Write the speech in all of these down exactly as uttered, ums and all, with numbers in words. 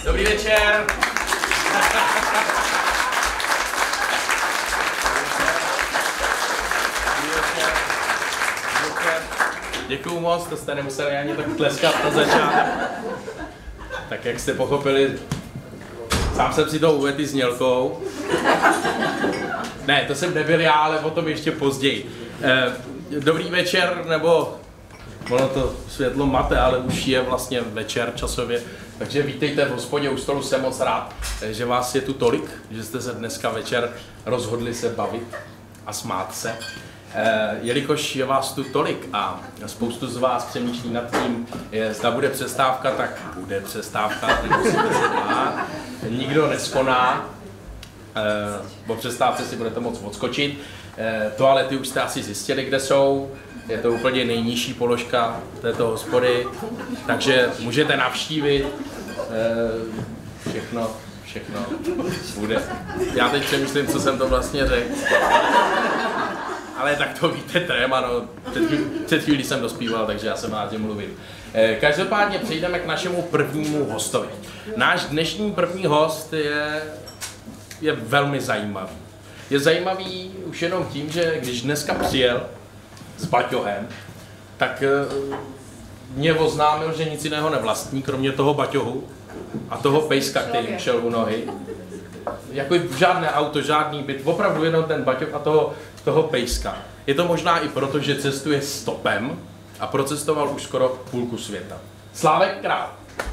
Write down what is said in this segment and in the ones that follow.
Dobrý večer. Děkuju moc, to jste nemuseli ani tak tleskat na začátek. Tak jak jste pochopili, sám jsem si to uvedl s Nělkou. Ne, to jsem nebyl já, ale o tom ještě později. Dobrý večer, nebo ono to světlo mate, ale už je vlastně večer časově. Takže vítejte v hospodě u stolu, jsem moc rád, že vás je tu tolik, že jste se dneska večer rozhodli se bavit a smát se. Jelikož je vás tu tolik a spoustu z vás přemýšlí nad tím, zda bude přestávka, tak bude přestávka, nemusíte se bát. Nikdo neskoná, po přestávce si budete moct odskočit. Toalety už jste asi zjistili, kde jsou. Je to úplně nejnižší položka této hospody, takže můžete navštívit všechno, všechno bude. Já teď přemýšlím, co jsem to vlastně řekl. Ale tak to víte, tréma, no, před, chvíli, před chvílí jsem dospíval, takže já jsem rád, že mluvím. Každopádně přejdeme k našemu prvnímu hostovi. Náš dnešní první host je, je velmi zajímavý. Je zajímavý už jenom tím, že když dneska přijel s baťohem, tak mě oznámil, že nic jiného nevlastní, kromě toho baťohu a toho pejska, který mu šel u nohy. Jako žádné auto, žádný byt, opravdu jenom ten baťoh a toho, toho pejska. Je to možná i proto, že cestuje stopem a procestoval už skoro půlku světa. Slávek Král.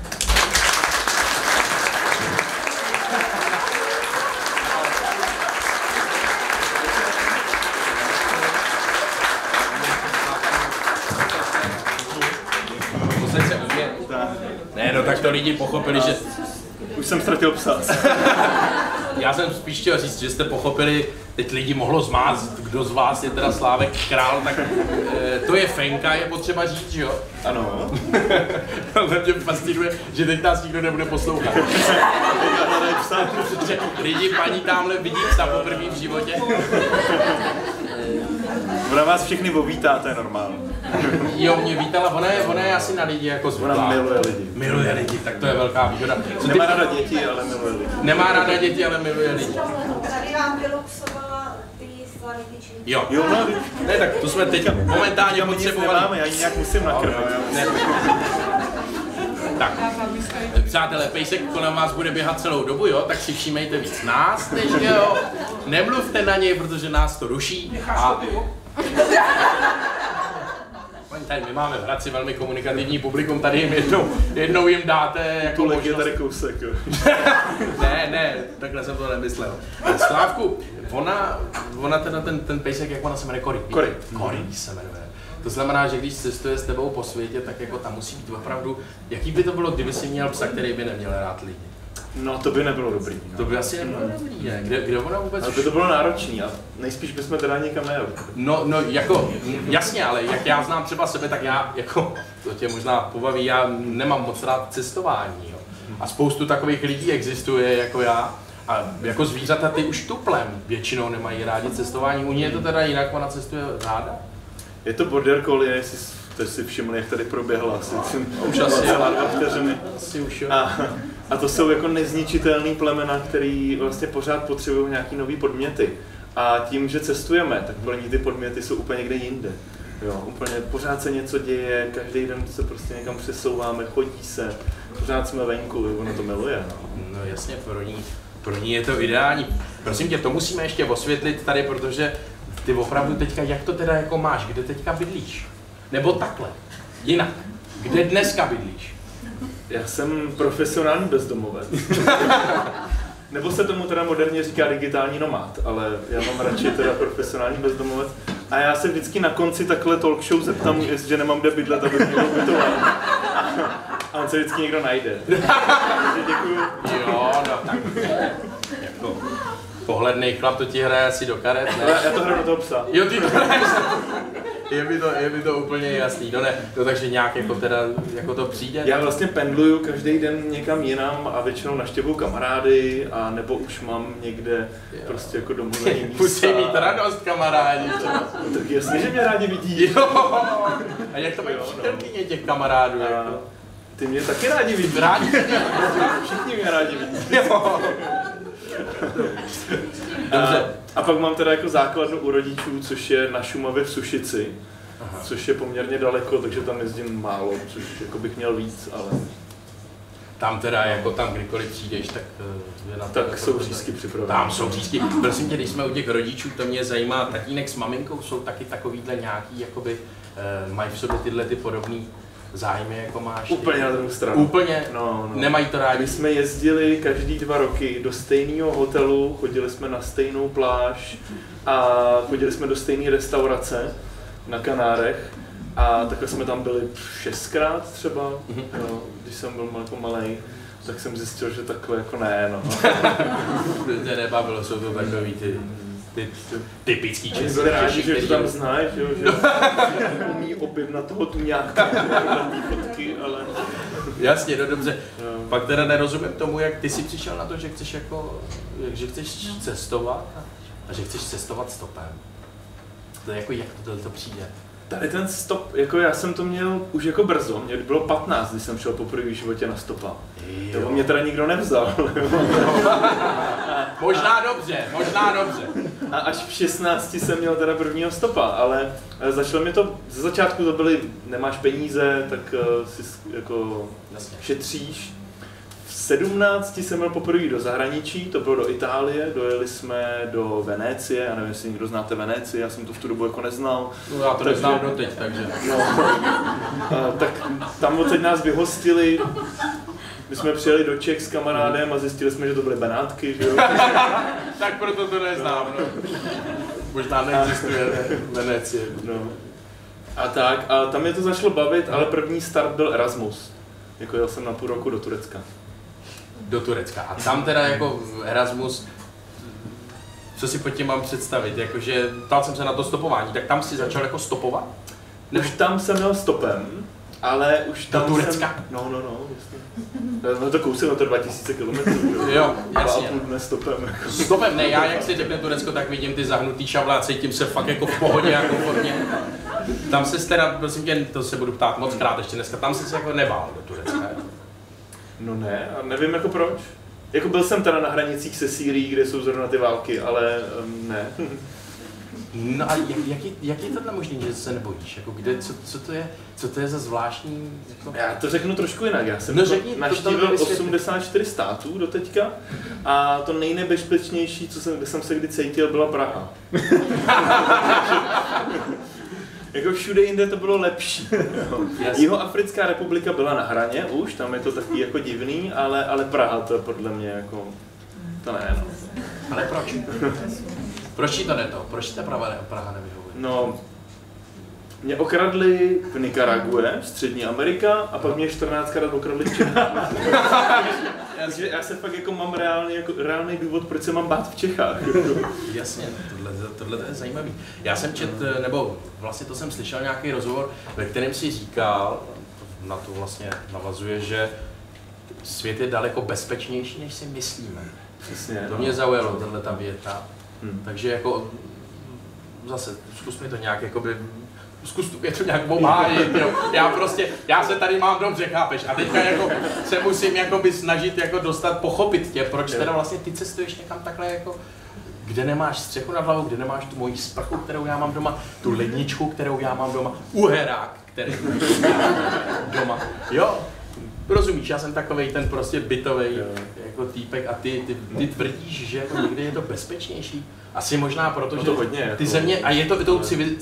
Ne, no tak to lidi pochopili, že... Už jsem ztratil psa. Já jsem spíš chtěl říct, že jste pochopili, teď lidi mohlo zmást, kdo z vás je teda Slávek Král, tak e, to je Fenka, je potřeba říct, že jo? Ano. To mě fascinuje, že teď nás nikdo nebude poslouchat. Protože lidi, paní tamhle vidí psa poprvé v životě. Ona vás všechny ovítá, to je normální. Jo, mě vítala, ona je, ona je asi na lidi jako zvyklá. Ona miluje lidi. Miluje lidi, tak to je velká výhoda. Co Nemá ty... ráda děti, ale miluje lidi. Nemá ráda děti, ale miluje lidi. Tady vám vyluxovala ty slavitičky. Jo. Jo, no, ne, tak to jsme teď momentálně potřebovali. Nemáme, já ji nějak musím nakrmit. Tak, přátelé, pejsek kolem vás bude běhat celou dobu, jo, tak si všímejte víc nás, než jo. Nemluvte na něj, protože nás to ruší. A... Tady my máme v Hradci velmi komunikativní publikum, tady jim jednou, jednou jim dáte jako možnost... je tady kousek, jo. Ne, ne, takhle jsem to nemyslel. Slávku, ona, ona teda ten, ten pejsek, jak ona se jmenuje, Cory. Cory. Cory se jmenuje. To znamená, že když cestuje s tebou po světě, tak jako tam musí být opravdu, jaký by to bylo, kdyby si měl psa, který by neměl rád lidi? No to by nebylo dobrý. No. To by asi nebylo dobrý, ne? Kde, kde ona vůbec... Ale by to bylo náročný a nejspíš bychom teda nikam nejeli. No, no jako, jasně, ale jak já znám třeba sebe, tak já, jako, to tě možná pobaví, já nemám moc rád cestování, jo. A spoustu takových lidí existuje jako já. A jako zvířata ty už tuplem většinou nemají rádi cestování. U ní je to teda jinak, ona cestuje ráda? Je to border collie, jestli jste si všimli, jak tady proběhla asi už asi celá dva vteřiny. Asi už jo. A, a to jsou jako nezničitelný plemena, který vlastně pořád potřebují nějaký nový podměty. A tím, že cestujeme, tak pro ní ty podměty jsou úplně někde jinde. Jo, úplně pořád se něco děje, každý den se prostě někam přesouváme, chodí se, pořád jsme venku, ono to miluje. No, no jasně, pro ní, pro ní je to ideální. Prosím tě, to musíme ještě osvětlit tady, protože ty opravdu teďka, jak to teda jako máš, kde teďka bydlíš? Nebo takhle, jinak, kde dneska bydlíš? Já jsem profesionální bezdomovec. Nebo se tomu teda moderně říká digitální nomád, ale já mám radši teda profesionální bezdomovec. A já se vždycky na konci takhle talk show zeptám, jestliže nemám kde bydlet, abych někdo ubytoval. A on se vždycky někdo najde. Takže děkuju. Jo, no tak jako pohlednej chlap, to ti hraje asi do karet, ne? Já to hraju do toho psa. Jo, ty to hraješ. Je mi to, je mi to úplně jasný, no ne, no takže nějak jako teda, jako to přijde? Já vlastně pendluju každý den někam jinam a většinou navštěvuju kamarády, a nebo už mám někde jo. prostě jako domluvený místa. Musí mít radost kamarádi. No, tak jasně, že mě rádi vidí. Jo. A jak to mají přítelkyně těch kamarádů? A jako? Ty mě taky rádi vidíš. Rádi. Všichni mě rádi vidí. Dobře. A, a pak mám teda jako základnu u rodičů, což je na Šumavě v Sušici, aha, což je poměrně daleko, takže tam jezdím málo, což jako bych měl víc, ale... Tam teda, jako tam kdykoliv přijdeš, tak je na to. Tak jsou řízky připravené. Tam jsou řízky. Prosím tě, když jsme u těch rodičů, to mě zajímá, tatínek s maminkou jsou taky takovýhle nějaký, jakoby, eh, mají v sobě tyhle ty podobný zájmy, jako máš. Úplně na druhou stranu. Úplně? No, no. Nemají to rádi? My jsme jezdili každý dva roky do stejného hotelu, chodili jsme na stejnou pláž a chodili jsme do stejné restaurace na Kanárech a takhle jsme tam byli šestkrát třeba, mm-hmm. no, když jsem byl jako malej, tak jsem zjistil, že takhle jako ne, no. To nebavilo, jsou to takový ty, ty, ty typický český český rádi, že to tam znáš, jo, že umí objednat toho tuňáka na té fotky, ale... Jasně, no dobře. No. Pak teda nerozumím tomu, jak ty jsi přišel na to, že chceš jako, že chceš cestovat a, a že chceš cestovat stopem. To je jako, jak to, to, to přijde? Tady ten stop, jako já jsem to měl už jako brzo, mě bylo patnáct, když jsem šel poprvé v životě na stopa. Jo. To mě teda nikdo nevzal. Možná dobře, možná dobře. A až v šestnácti jsem měl teda prvního stopa, ale začalo mi to, ze začátku to byly, nemáš peníze, tak uh, si jako Jasně. šetříš. V sedmnácti jsem měl poprvé do zahraničí, to bylo do Itálie, dojeli jsme do Venécie, já nevím, jestli někdo znáte Venecii, já jsem to v tu dobu jako neznal. No já to takže, neznám doteď, takže. No, a, tak tam odsaď nás vyhostili, my jsme přijeli do Čech s kamarádem a zjistili jsme, že to byly Benátky, že jo? Tak proto to neznám, no. Možná neexistuje Venecie. No. A tak, a tam mě to začalo bavit, ale první start byl Erasmus. Jako jel jsem na půl roku do Turecka. Do Turecka. A tam teda jako Erasmus, co si pod tím mám představit, jakože ptal jsem se na to stopování, tak tam si začal jako stopovat? Nebo... Už tam jsem měl stopem, ale už tam do Turecka? Jsem... No, no, no, jasně. No to kousek, no to dva tisíce kilometrů, jo? Jo, jasně. Dva a půl dne stopem. Stopem ne, já jak si řekne Turecko, tak vidím ty zahnutý šavle a cítím se fakt jako v pohodě a komfortně. Tam se teda, prosím tě, to se budu ptát moc krát ještě dneska, tam jsi se jako nebál do Turecka, jo? No ne, a nevím jako proč. Jako byl jsem teda na hranicích se Sýrií, kde jsou zrovna ty války, ale um, ne. No a jak, jak, je, jak je tohle možné, že se nebojíš? Jako kde, co, co, to je, co to je za zvláštní... Jako... Já to řeknu trošku jinak. Já jsem no, řekni, navštívil osmdesát čtyři států doteďka a to nejnebezpečnější, co jsem, kde jsem se kdy cítil, byla Praha. Jako všude jinde to bylo lepší. Jihoafrická republika byla na hraně už, tam je to taky jako divný, ale, ale Praha to podle mě jako... To ne, no. Ale proč? Proč ti to ne to? Proč ta Praha, Praha nevyhovuje? No, mě okradli v Nikarague, Střední Amerika, a pak mě čtrnáctkrát okradli v Čechách. Takže já se fakt jako mám reálný, jako, reálný důvod, proč se mám bát v Čechách. Jasně, tohle, tohle je zajímavý. Já jsem čet, nebo vlastně to jsem slyšel nějaký rozhovor, ve kterém si říkal, na to vlastně navazuje, že svět je daleko bezpečnější, než si myslíme. Přesně. To mě zaujalo, tahle ta věta. Hmm. Takže jako zase zkus mi to nějak jakoby, zkus mě to nějak pomáhat, jo. Já prostě, já se tady mám dobře, chápeš, a teďka jako se musím jakoby snažit jako dostat, pochopit tě, proč teda vlastně ty cestuješ někam takhle jako, kde nemáš střechu nad hlavou, kde nemáš tu moji sprchu, kterou já mám doma, tu ledničku, kterou já mám doma, uherák, který doma, jo. Rozumíš, já jsem takovej ten prostě bytovej jako týpek a ty, ty, ty tvrdíš, že jako někdy je to bezpečnější. Asi možná proto, no že to hodně, ty jako, země, a je to i tou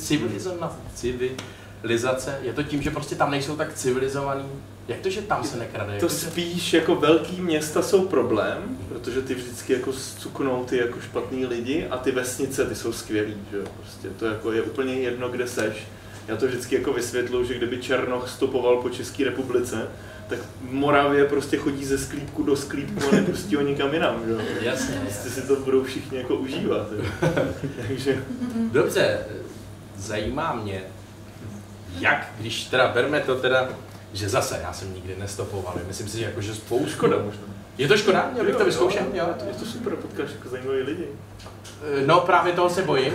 civilizace, je to tím, že prostě tam nejsou tak civilizovaný. Jak to, že tam se nekrade? To spíš jako velký města jsou problém, protože ty vždycky jako zcuknou ty jako špatný lidi a ty vesnice, ty jsou skvělý, že jo, prostě to jako je úplně jedno, kde seš. Já to vždycky jako vysvětluji, že kdyby Černoch stopoval po České republice, tak v Moravě prostě chodí ze sklípku do sklípku a nepustí ho nikam jinam, že jo? Jasně. Prostě si to budou všichni jako užívat, takže... Dobře, zajímá mě, jak, když teda berme to teda, že zase já jsem nikdy nestopoval, myslím si, jako, že spoustu... Škoda možná. Je to škoda? Měl bych to vyzkoušet? Jo, jo, je to super, potkáš jako zajímavý lidi. No právě toho se bojím.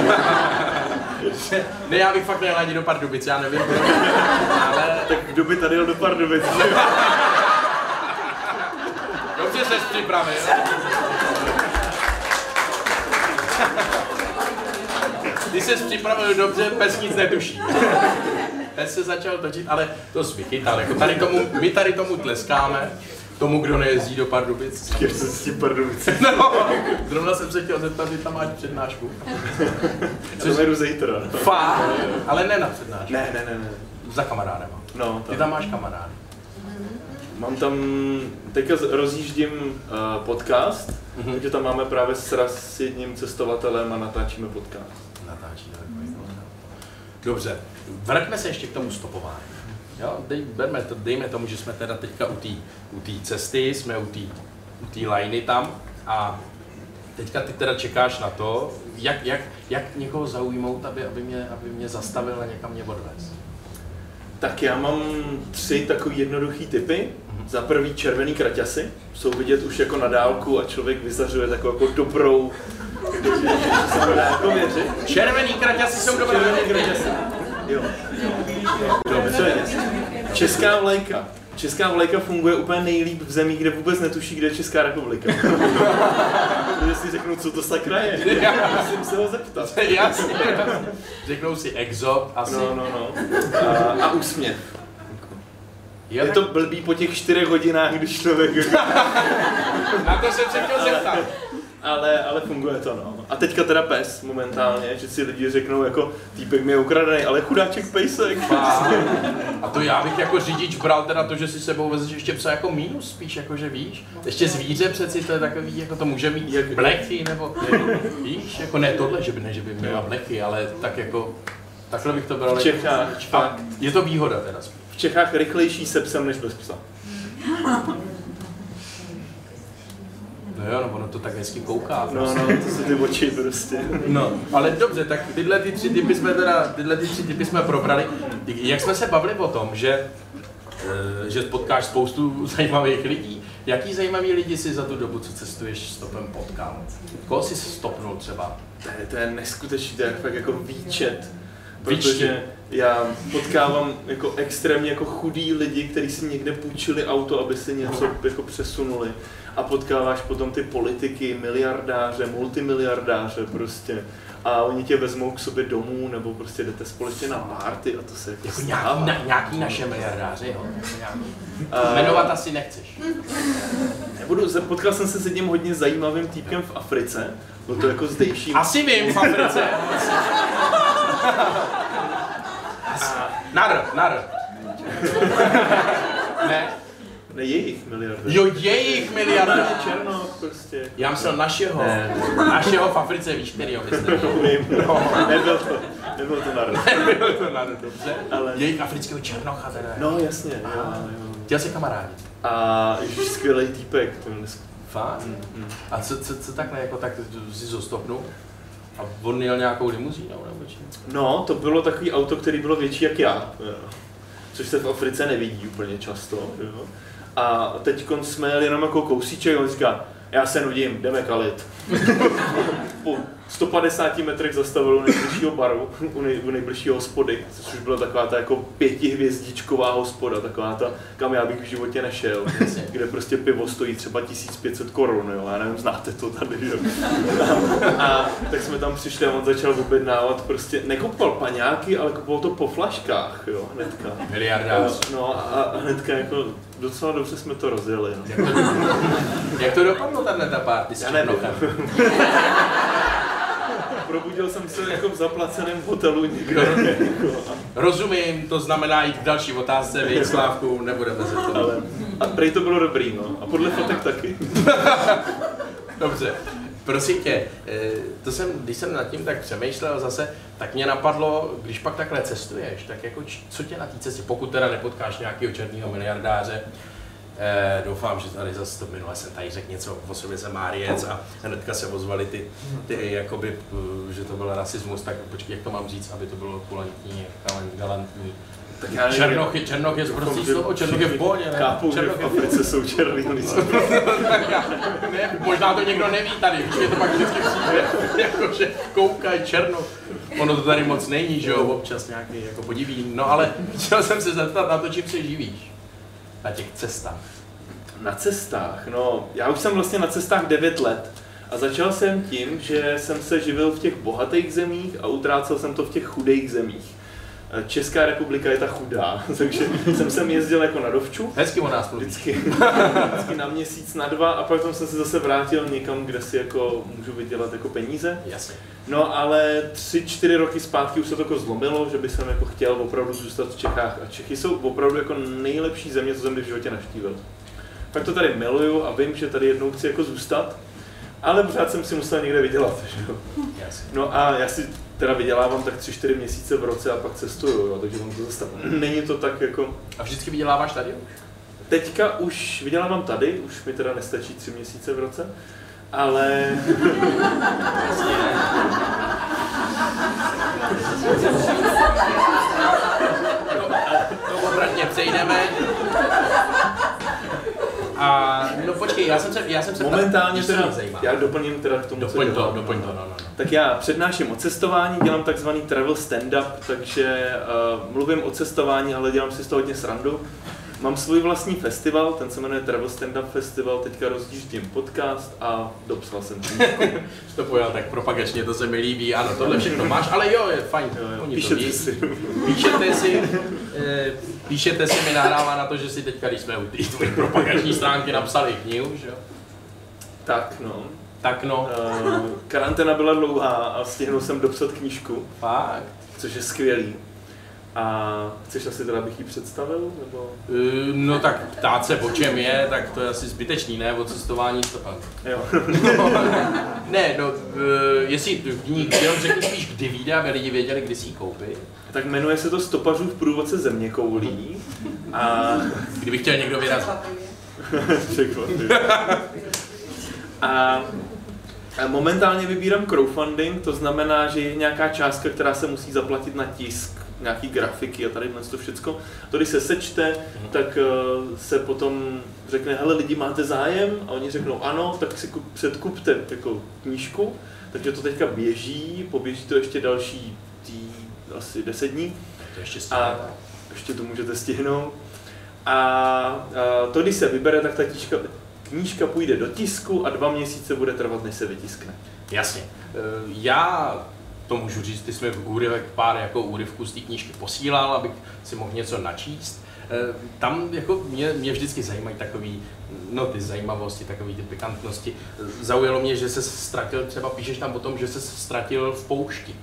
Ne, já bych fakt nejel ani do Pardubic, já nevím. Ale... Tak kdo by tady jel do Pardubic? Dobře ses připravil. Ty ses připravil dobře, pes nic netuší. Pes se začal točit, ale to jsi vychytal. Jako tady tomu, my tady tomu tleskáme. Tomu, kdo nejezdí do Pardubic. Chtěl jsem s tím Pardubic. No, zrovna jsem se chtěl zeptat, že tam máš přednášku. Co to jdu zítra. Fakt? Ale ne na přednášku. Ne, ne, ne, ne. Za kamarádema. No, Ty tam máš kamarády. Mám tam, teďka rozjíždím uh, podcast, mm-hmm. takže tam máme právě sraz s jedním cestovatelem a natáčíme podcast. Natáčíme takový podcast. Dobře, vraťme se ještě k tomu stopování. Jo, dej, berme to, dejme tomu, že jsme teda teďka u té u té cesty, jsme u té u té liney tam a teďka ty teda čekáš na to, jak, jak, jak někoho zaujmout, aby, aby, mě, aby mě zastavil a někam mě odvez. Tak já mám tři takový jednoduchý typy. Mm-hmm. Za prvý červený kraťasy, jsou vidět už jako na dálku a člověk vyzařuje takovou jako dobrou, že se to dá jako věřit. Červený kraťasy jsou dobré. Červený kraťasy. Jo. Dobře. Česká vlajka. Česká vlajka funguje úplně nejlíp v zemích, kde vůbec netuší, kde je Česká republika. Protože si řeknou, co to sakra je. Musím se ho zeptat. Jasně. Řeknou si exot asi. No, no, no. A, a úsměv. Je to blbý po těch čtyřech hodinách, když člověk... Na to jsem se chtěl zeptat. Ale, ale funguje to, no. A teďka teda pes momentálně, že si lidi řeknou jako týpek mi je ukradený, ale chudáček pejsek. A to já bych jako řidič bral teda to, že si sebou vezeš ještě psa jako mínus spíš, jako že víš. Ještě zvíře přeci to je takový, jako to může mít jak bleky nebo víš, jako ne tohle, že by, ne, že by měla bleky, ale tak jako, takhle bych to bral. V Čechách. A je to výhoda teda spíš. V Čechách rychlejší se psem než bez psa. No jo, no ono to tak hezky kouká. No, no, to jsou ty oči prostě. No, ale dobře, tak tyhle ty tři typy jsme teda, tyhle ty tři typy jsme probrali. Jak jsme se bavili o tom, že, že potkáš spoustu zajímavých lidí, jaký zajímavý lidi si za tu dobu, co cestuješ stopem potkal? Koho jsi stopnul třeba? To je, to je neskutečný, to je fakt jako výčet. Protože já potkávám jako extrémně jako chudý lidi, kteří si někde půjčili auto, aby si něco jako přesunuli. A potkáváš potom ty politiky, miliardáře, multimiliardáře prostě. A oni tě vezmou k sobě domů, nebo prostě jdete společně na party a to se jako, jako nějaký, na, nějaký naše miliardáři, jo? Uh, Jmenovat asi nechceš. Nebudu, potkal jsem se s jedním hodně zajímavým týpkem v Africe. Byl to jako zdejší. Asi vím v Africe. Nar, nar. Ne? Ne, jejich miliardář. Jo, jejich miliardář. Černoch prostě. Já myslel našeho. Ne. Našeho v Africe, víš, kterýho myslel. No, nebyl to. Nebyl to národ. Nebyl to národ, dobře. Ale... Jejich afrického černocha teda. No, jasně. Jo, jo. Chtěl jsi kamarádi. A ježiš, skvělej týpek. Fakt? Mm, mm. A co, co, co takhle, jako tak si zostopnul? A on jel nějakou limuzínou nebo čím? No, to bylo takový auto, který bylo větší jak já. Jo. Což se v Africe nevidí úplně často. Jo. A teď jsme jeli jenom jako kousíček, on říká, já se nudím, jdeme kalit. Po sto padesáti metrech zastavil u nejbližšího baru, u, nej, u nejbližšího hospody, což už byla taková ta jako pětihvězdičková hospoda, taková ta, kam já bych v životě nešel, kde prostě pivo stojí třeba tisíc pět set korun, jo, já nevím, znáte to tady, jo. A, a tak jsme tam přišli a on začal objednávat, prostě nekopal paňáky, ale kopal to po flaškách, jo, hnedka. Miliardář. No a, a hnedka jako docela dobře jsme to rozjeli, no. Jak to, jak to dopadlo tahle ta party s Černochem? Probudil jsem se jako v zaplaceném hotelu někde. Rozumím, to znamená jít k další otázce, vy Slávku, nebudeme se to. Ale, a prej to bylo dobrý, no. A podle fotek taky. Dobře. Prosím tě, to jsem, když jsem nad tím tak přemýšlel zase, tak mě napadlo, když pak takhle cestuješ, tak jako co tě na té cestě, pokud teda nepotkáš nějakého černého miliardáře, E, doufám, že tady zase to minule jsem tady řekl něco o sobě jsem Máriec a hnedka se ozvali ty, ty jakoby, že to byl rasismus, tak počkej, jak to mám říct, aby to bylo kulantní, galantní. Černoch je, Černoch je zprostý slovo, Černoch je v pohodě, ne? Chápu, že v Africe jsou černý lidi. Ne, možná to někdo neví tady, už je to pak vždycky přijde, jakože koukaj Černoch. Ono to tady moc není, že jo, občas nějaký jako podiví. No ale chtěl jsem se zeptat na to, čím se živíš na těch cestách. Na cestách? No, já už jsem vlastně na cestách devět let. A začal jsem tím, že jsem se živil v těch bohatých zemích a utrácel jsem to v těch chudých zemích. Česká republika je ta chudá, takže jsem sem jezdil jako na dovču. Hezky o nás mluvíš. Vždycky, vždycky na měsíc, na dva a pak jsem se zase vrátil někam, kde si jako můžu vydělat jako peníze. Jasně. No ale tři, čtyři roky zpátky už se to jako zlomilo, že by jsem jako chtěl opravdu zůstat v Čechách a Čechy jsou opravdu jako nejlepší země, co jsem kdy v životě navštívil. Tak to tady miluju a vím, že tady jednou chci jako zůstat, ale pořád jsem si musel někde vydělat. Že jo? No a já si teda vydělávám tak tři, čtyři měsíce v roce a pak cestuju, jo, takže mám to zase není to tak jako... A vždycky vyděláváš tady už? Teďka už vydělávám tady, už mi teda nestačí tři měsíce v roce, ale... To obratně přejdeme. A no počkej, já jsem se, já jsem se momentálně tam, teda, já doplním teda k tomu, doplň co to, doplň to, no, no. Tak já přednáším o cestování, dělám takzvaný travel stand-up, takže uh, mluvím o cestování, ale dělám si z toho hodně srandu. Mám svůj vlastní festival, ten se jmenuje Travel Stand-up Festival, teďka rozjíždím podcast a dopsal jsem knížku. To pojel tak propagačně, to se mi líbí, ano, tohle všechno máš, ale jo, je fajn. Jo, jo. Píšete si. Píšete si, e, píšete si, mi nahrává na to, že si teďka, když jsme u té tvojí propagační stránky napsali knihu, že jo? Tak no. Tak no. Uh, karanténa byla dlouhá a stihnul jsem dopsat knížku. Fakt? Což je skvělý. A chceš asi teda, abych ji představil? Nebo? Uh, no tak ptát se, o čem je, tak to je asi zbytečný, ne? O cestování to... Jo. No, ne, no, uh, jestli knihu řekni spíš, kdy vyjde, aby lidi věděli, kdy si ji koupí. Tak jmenuje se to Stopařův průvodce zeměkoulí. A... Kdyby chtěl někdo vyrazit. Překvapivě. A... A momentálně vybírám crowdfunding, to znamená, že je nějaká částka, která se musí zaplatit na tisk, nějaký grafiky a tady to všecko. To, když se sečte, tak uh, se potom řekne, hele lidi, máte zájem? A oni řeknou ano, tak si kup, předkupte jako knížku. Takže to teďka běží, poběží to ještě další tý, asi deset dní. To ještě a ještě to můžete stihnout. A, a to, když se vybere, tak ta knížka, knížka půjde do tisku a dva měsíce bude trvat, než se vytiskne. Jasně. Já to můžu říct, ty jsi mi úryvek, pár jako úryvků z té knížky posílal, abych si mohl něco načíst. Tam jako mě, mě vždycky zajímají takový, no ty zajímavosti, takový ty pikantnosti. Zaujalo mě, že se ztratil, třeba píšeš tam o tom, že se ztratil v poušti.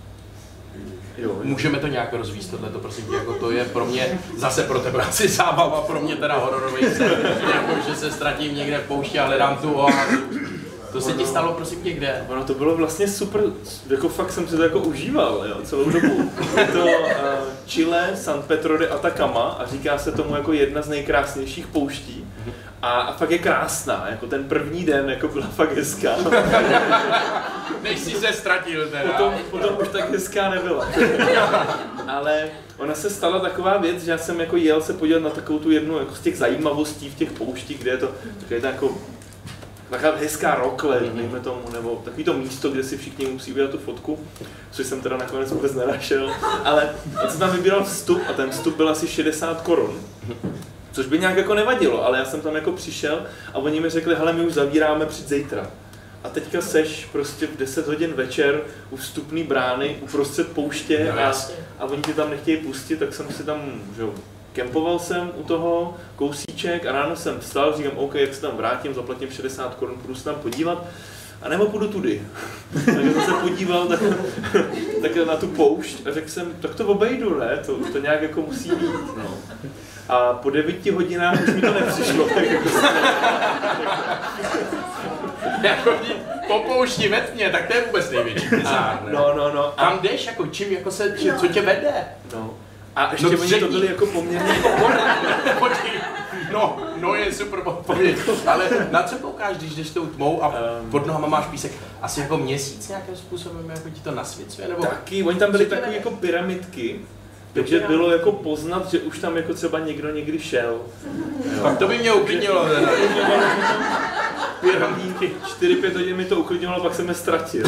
Jo, jo. Můžeme to nějak rozvíjet tohleto, prosím tě, jako to je pro mě, zase pro tebe asi zábava, pro mě teda hororový sen, jako že se ztratím někde v poušti a hledám tu oázu. To se ti stalo, prosím tě, kde? Ono to bylo vlastně super, jako fakt jsem si to jako užíval, jo, celou dobu. Je to uh, Chile, San Pedro de Atacama a říká se tomu jako jedna z nejkrásnějších pouští. A, a fakt je krásná, jako ten první den jako byla fakt hezká. Než jsi se ztratil teda. Potom, potom už tak hezká nebyla. Ale ona se stala taková věc, že já jsem jako jel se podívat na takovou tu jednu jako z těch zajímavostí v těch pouštích, kde je to takové jako taková hezká rokle, dejme tomu, nebo takový to místo, kde si všichni musí udělat tu fotku, což jsem teda nakonec vůbec nenašel, ale já jsem tam vybíral vstup a ten vstup byl asi šedesát korun. Což by nějak jako nevadilo, ale já jsem tam jako přišel a oni mi řekli, hele, my už zavíráme před zítra. A teďka seš prostě v deset hodin večer u vstupní brány uprostřed pouště a, a oni tě tam nechtějí pustit, tak jsem si tam, že jo, kempoval jsem u toho kousíček a ráno jsem vstal, říkám, OK, jak se tam vrátím, zaplatím šedesát korun, půjdu se tam podívat. A nebo půjdu tudy. Takže jsem se podíval tak, tak na tu poušť a řekl jsem, tak to obejdu, ne? To, to nějak jako musí být. No. A po devíti hodinách už mi to nepřišlo. Tak jako jako po poušti ve tmě, tak to je vůbec největší bizár, ne? No, no, no. Tam jdeš, jako čím, jako se, co tě vede? No. A ještě no, oni to byli jako poměrně... Počkej, No, no je super odpověď, ale na co koukáš, když jdeš tou tmou a pod nohama máš písek? Asi jako měsíc nějakým způsobem, jako ti to nasvěcuje, nebo? Taky, oni tam byly takové jako pyramidky, takže bylo jako poznat, že už tam jako třeba někdo někdy šel. Tak to by mě uklidnilo. Pyramidky, čtyři pět hodin mi to uklidňovalo, pak jsem je ztratil.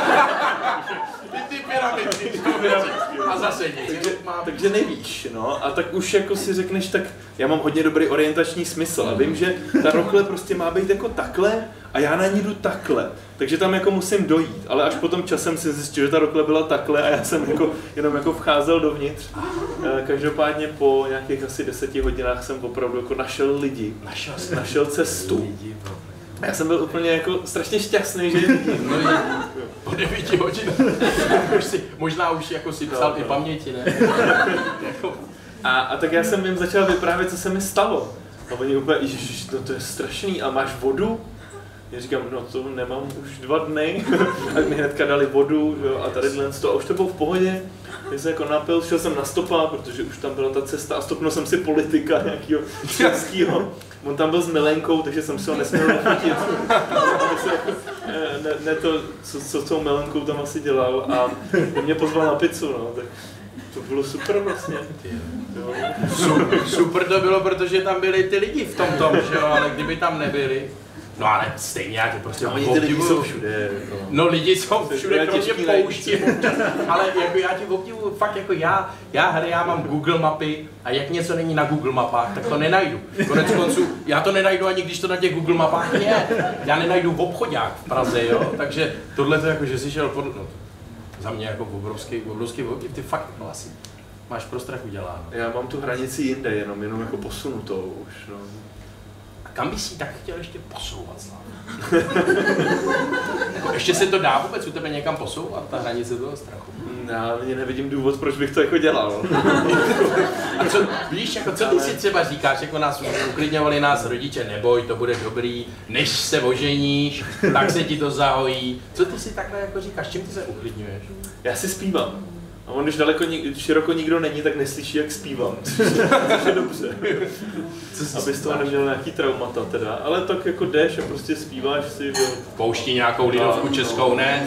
Ty pyramidky, a zase nic. Takže, takže nevíš, no, a tak už jako si řekneš, tak já mám hodně dobrý orientační smysl a vím, že ta rokle prostě má být jako takhle a já na ní jdu takhle, takže tam jako musím dojít, ale až potom časem si zjistil, že ta rokle byla takhle a já jsem jako jenom jako vcházel dovnitř. Každopádně po nějakých asi deseti hodinách jsem opravdu jako našel lidi, našel, našel cestu. A já jsem byl úplně jako strašně šťastný, že no, po devíti hodinách. Už si, možná už jako si psal no, ty no. paměti, ne? jako... a, a tak já jsem jim začal vyprávět, co se mi stalo. A oni úplně, ježiš, no to je strašný, a máš vodu? Já říkám, no to nemám už dva dny. A mi hnedka dali vodu, jo, a tady to, a už to bylo v pohodě. Já jsem jako napil, šel jsem na stopa, protože už tam byla ta cesta a stopnul jsem si politika nějakého českého. On tam byl s milenkou, takže jsem si ho nesměl chytit. ne, ne to, co, co s tou milenkou tam asi dělal, a mě pozval na pizzu, no, tak to bylo super vlastně. Jo. Super, super to bylo, protože tam byli ty lidi v tom tom, že jo, ale kdyby tam nebyli, no ale stejně já to prostě no, ty lidi jsou všude. No, no lidi jsou všude, kromě pouště, ale jako já ti obdivuju, fakt jako já, já hry, já mám Google mapy a jak něco není na Google mapách, tak to nenajdu. Konec konců, já to nenajdu ani když to na těch Google mapách je. Já nenajdu v obchodák v Praze, jo, takže tohle to jako, že jsi šel pod, no, za mě jako obrovský, obrovský obdiv, ty fakt no, asi máš pro strach uděláno. Já mám tu hranici jinde, jenom, jenom jako posunutou už, no. Kam bys si tak chtěl ještě posouvat, Slav? Ještě se to dá vůbec u tebe někam posouvat, ta hranice toho strachu? Já nevidím důvod, proč bych to jako dělal. A co, víš, jako, co ty si třeba říkáš, jako nás uklidňovali nás rodiče, neboj, to bude dobrý, než se oženíš, tak se ti to zahojí. Co ty si takhle jako říkáš, čím ty se uklidňuješ? Já si zpívám. A on, když daleko, široko nikdo není, tak neslyší, jak zpívám, což je dobře. Abys toho neměl nějaký traumata teda, ale tak jako jdeš a prostě zpíváš si, že... Pouští nějakou lidovku no, českou, no, ne?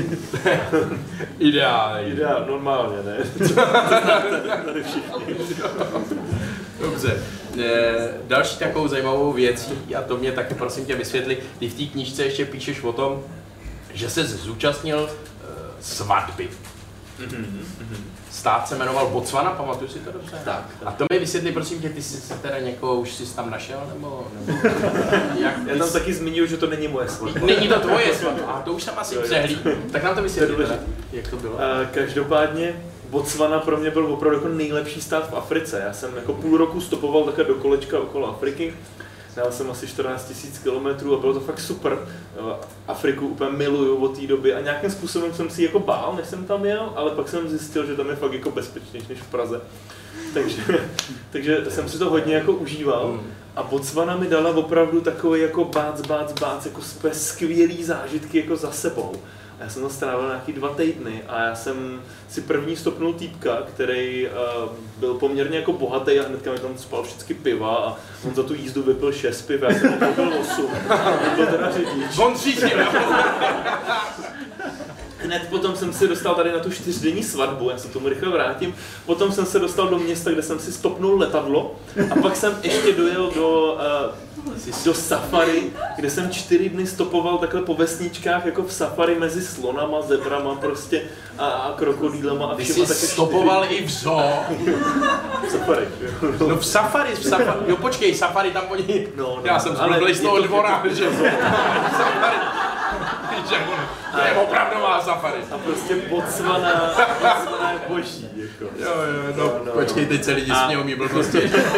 Ideálně. Ideálně, normálně, ne? Tady všichni. Dobře. E, další takovou zajímavou věcí, a to mě taky prosím tě vysvětli, ty v té knížce ještě píšeš o tom, že jsi zúčastnil e, svatby. Mm-hmm. Stát se jmenoval Botswana, pamatuju si to dobře? Tak, tak. A to mi vysvětli, prosím tě, ty jsi teda někoho už jsi tam našel, nebo? nebo jak Já tam jsi... taky zmiňuji, že to není moje svatba. Není to tvoje svatba, a to už jsem asi přehlíd. Tak nám to vysvětli, to jak to bylo? Uh, každopádně Botswana pro mě byl opravdu jako nejlepší stát v Africe. Já jsem jako půl roku stopoval takhle do kolečka okolo Afriky. Dal jsem asi čtrnáct tisíc kilometrů a bylo to fakt super. Afriku úplně miluju od té doby a nějakým způsobem jsem si jako bál, než jsem tam jel, ale pak jsem zjistil, že tam je fakt jako bezpečnější než v Praze. Takže, takže jsem si to hodně jako užíval a Botswana mi dala opravdu takový jako bác, bác, bác, jako skvělý zážitky jako za sebou. Já jsem tam strávil nějaký dva týdny a já jsem si první stopnul týpka, který uh, byl poměrně jako bohatý a hnedka mi tam spal všechny piva a on za tu jízdu vypil šest piv, já jsem tam byl osm, on byl teda řidič. On řídil, Hned potom jsem si dostal tady na tu čtyřdenní svatbu, já se tomu rychle vrátím. Potom jsem se dostal do města, kde jsem si stopnul letadlo a pak jsem ještě dojel do, uh, do safari, kde jsem čtyři dny stopoval takhle po vesničkách jako v safari mezi slonama, zebrama prostě a, a krokodýlema a všema. Ty jsi stopoval čtyři... i v zoo. V safari. No v safari, v safari, jo počkej, safari tam oni, no, no, já jsem zblblej z toho dvora, že safari. To je opravdová safari. A prostě Botswana, Botswana je boží, jako. Jo, jo, no, no, no počkej, teď se lidi a... smějou mý blbosti.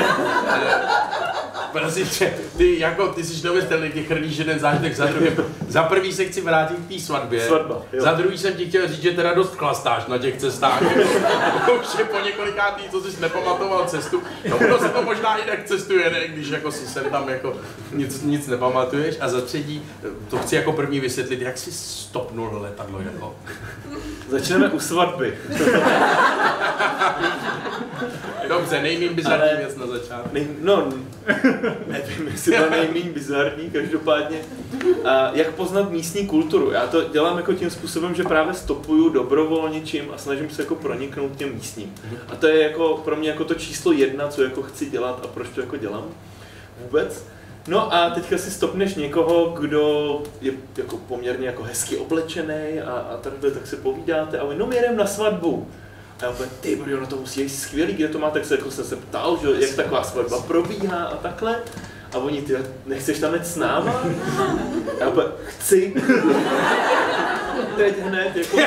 Prostě, ty, jako, ty jsi neuvěřitelný, ty chrlíš jeden zážitek za druhým. Za prvý se chci vrátit k té svatbě. Svatba, jo. Za druhý jsem ti chtěl říct, že teda dost chlastáš na těch cestách. Už je po několikátý, co jsi nepamatoval cestu. No, ono se to možná jinak cestuje, ne? Když jako si sem tam jako nic, nic nepamatuješ. A za třetí, to chci jako první vysvětlit, jak jsi stopnul letadlo jako. Začneme u svatby. Dobře, nejméně bizarní věc na začátku. Nej, no, nevím, jestli to nejméně bizarní, každopádně. A jak poznat místní kulturu? Já to dělám jako tím způsobem, že právě stopuju dobrovolně čím a snažím se jako proniknout těm místním. A to je jako pro mě jako to číslo jedna, co jako chci dělat a proč to jako dělám vůbec. No a teďka si stopneš někoho, kdo je jako poměrně jako hezky oblečený a, a tady tak se povídáte a oni, no my jedeme na svatbu. A já úplně, ty bro, no to musí být skvělý, kde to má, tak se, jako jsem se ptal, že, jak taková svatba probíhá a takhle. A oni, ty nechceš tam jít s náma? A já úplně, chci. Teď hned, jako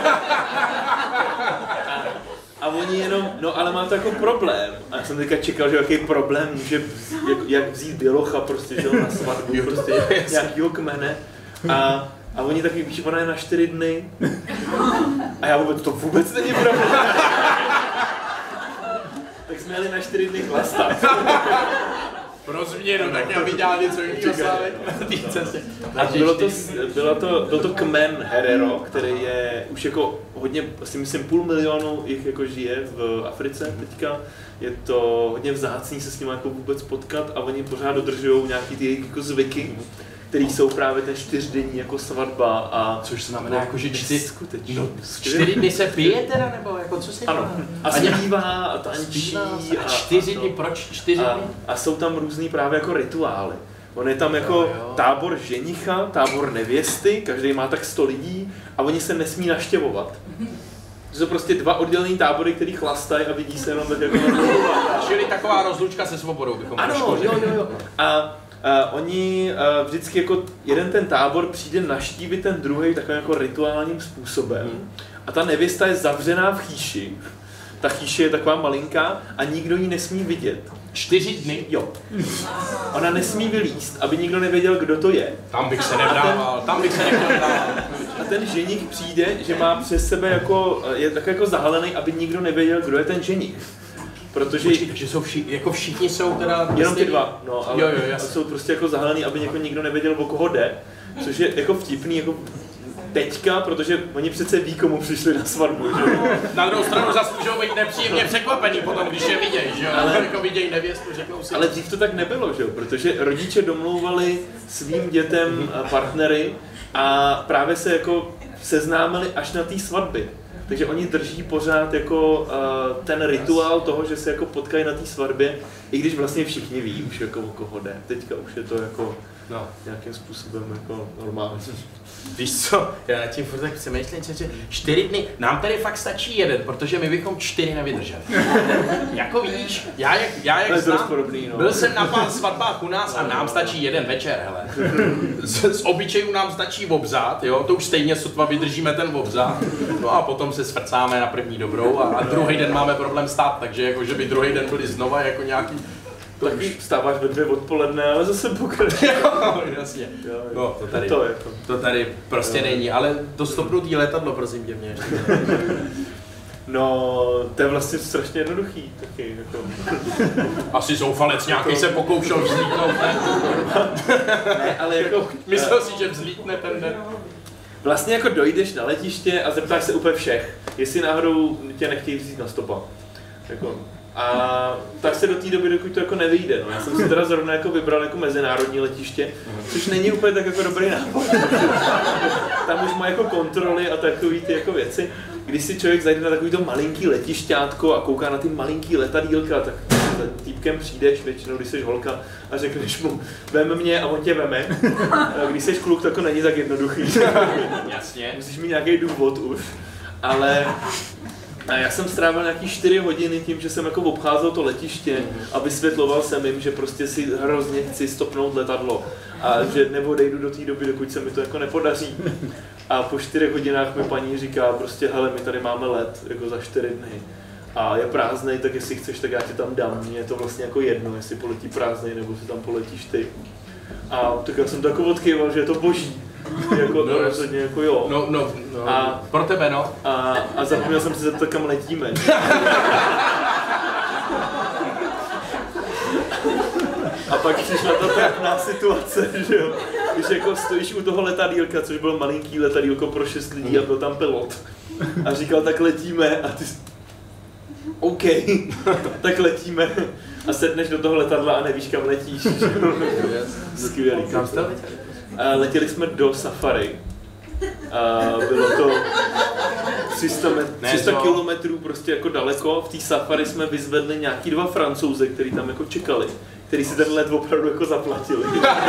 a oni jenom, no ale mám to jako problém. A já jsem teďka čekal, že jaký problém může, jak, jak vzít bělocha prostě, že na svatbu, prostě nějakýho kmene. A, a oni taky, víš, ona je na čtyři dny. A já vůbec, to vůbec není pravda. Tak jsme jeli na čtyři dny chlastat. Pro změnu, tak já viděl něco jiného Slávek na té cestě. A bylo to, bylo to, byl to kmen Herero, který je už jako hodně, asi myslím půl milionu jich jako žije v Africe teďka. Je to hodně vzácný se s nimi jako vůbec potkat a oni pořád dodržují nějaký ty jejich jako zvyky, který jsou právě ten čtyřdenní jako svatba a... Což znamená jako, že čtyři, no, čtyři dny se pije teda, nebo jako co se dělá? Ano, a zpívá a tančí a, a čtyři dny, proč čtyři dny? A, a jsou tam různý právě jako rituály. On je tam jako jo, jo. tábor ženicha, tábor nevěsty, každý má tak sto lidí a oni se nesmí naštěvovat. To jsou prostě dva oddělený tábory, který chlastají a vidí se jenom tak jako... Čili taková rozlučka se svobodou bychom ano, jo, jo, jo. A Uh, oni uh, vždycky jako jeden ten tábor přijde naštívit ten druhý takovým jako rituálním způsobem hmm. a ta nevěsta je zavřená v chýši. Ta chýše je taková malinká a nikdo ji nesmí vidět. Čtyři dny? Jo. Ona nesmí vylízt, aby nikdo nevěděl, kdo to je. Tam bych se nevdával, ten, tam bych se nevdával. A ten ženich přijde, že má přes sebe jako, je tak jako zahalený, aby nikdo nevěděl, kdo je ten ženich. Protože Počkej, takže jsou vši, jako všichni jsou teda... Jenom ty dva, no, ale jo, jo, jsou prostě jako zahalený, aby jako nikdo nevěděl, o koho jde. Což je jako vtipný, jako teďka, protože oni přece ví, komu přišli na svatbu, že? Na druhou stranu zase můžou být nepříjemně překvapený potom, když je vidějí, že jo? Ale jako vidějí nevěstu, řeknou si... Ale dřív to tak nebylo, že jo? Protože rodiče domlouvali svým dětem partnery a právě se jako seznámili až na té svatbě. Takže oni drží pořád jako uh, ten rituál toho, že se jako potkají na té svatbě, i když vlastně všichni ví už jako o koho jde. Teďka už je to jako no. nějakým způsobem jako normální. Víš co, já na tím furt tak přemýšlím, že čtyři dny, nám tady fakt stačí jeden, protože my bychom čtyři nevydrželi. Jako víš, já jak, já jak znám, no. byl jsem na pár svatbách u nás a nám stačí jeden večer, hele. Z, z obyčejů nám stačí obřád, jo, to už stejně sotva vydržíme ten obřád, no a potom se svrcáme na první dobrou a, a druhý den máme problém stát, takže jako, že by druhý den byli znova jako nějaký... To taky vstáváš ve dvě odpoledne, ale zase pokračuje. Jo, jasně. Jo, jo. No, to tady, to, jako. to tady prostě jo. není, ale to stopnutý letadlo, prosím tě mě. No, to je vlastně strašně jednoduchý taky, jako. Asi zoufalec nějaký jako... se pokoušel vzlítnout, ne? Ne, ale jako... Myslel si, že vzlítne ten den? Vlastně jako dojdeš na letiště a zeptáš se úplně všech, jestli náhodou tě nechtějí vzít na stopa. Jako... A tak se do té doby, dokud to jako nevyjde. No. Já jsem si teda zrovna jako vybral jako mezinárodní letiště, což není úplně tak jako dobrý nápad. Tam už má jako kontroly a takové ty jako věci. Když si člověk zajde na takový to malinký letišťátko a kouká na ty malinký letadílka, tak za týpkem přijdeš většinou, když jsi holka a řekneš mu, vem mě a on tě veme. A když jsi kluk, tak to není tak jednoduchý. Jasně. Musíš mít nějaký důvod už. Ale a já jsem strávil nějaký čtyři hodiny tím, že jsem jako obcházel to letiště a vysvětloval jsem jim, že prostě si hrozně chci stopnout letadlo a že neodejdu do té doby, dokud se mi to jako nepodaří. A po čtyřech hodinách mi paní říká prostě, hele, my tady máme let jako za čtyři dny a je prázdnej, tak jestli chceš, tak já ti tam dám. Mně je to vlastně jako jedno, jestli poletí prázdnej nebo si tam poletíš ty. A tak já jsem to jako odkýval, že je to boží. Jako, no, rozhodně, jako jo. No, no, no. A, pro tebe, no. A, a zapomněl jsem se zeptat, kam letíme. A pak přišla ta trapná situace, že jo. Když jako stojíš u toho letadýlka, což bylo malinký letadýlko pro šest lidí a byl tam pilot. A říkal, tak letíme a ty... OK, tak letíme a sedneš do toho letadla a nevíš, kam letíš. Skvělý. Kam jste letěli? Letěli jsme do Safari. A bylo to tři sta kilometrů prostě jako daleko. V té Safari jsme vyzvedli nějaký dva Francouze, kteří tam jako čekali, kteří si ten let opravdu jako zaplatili.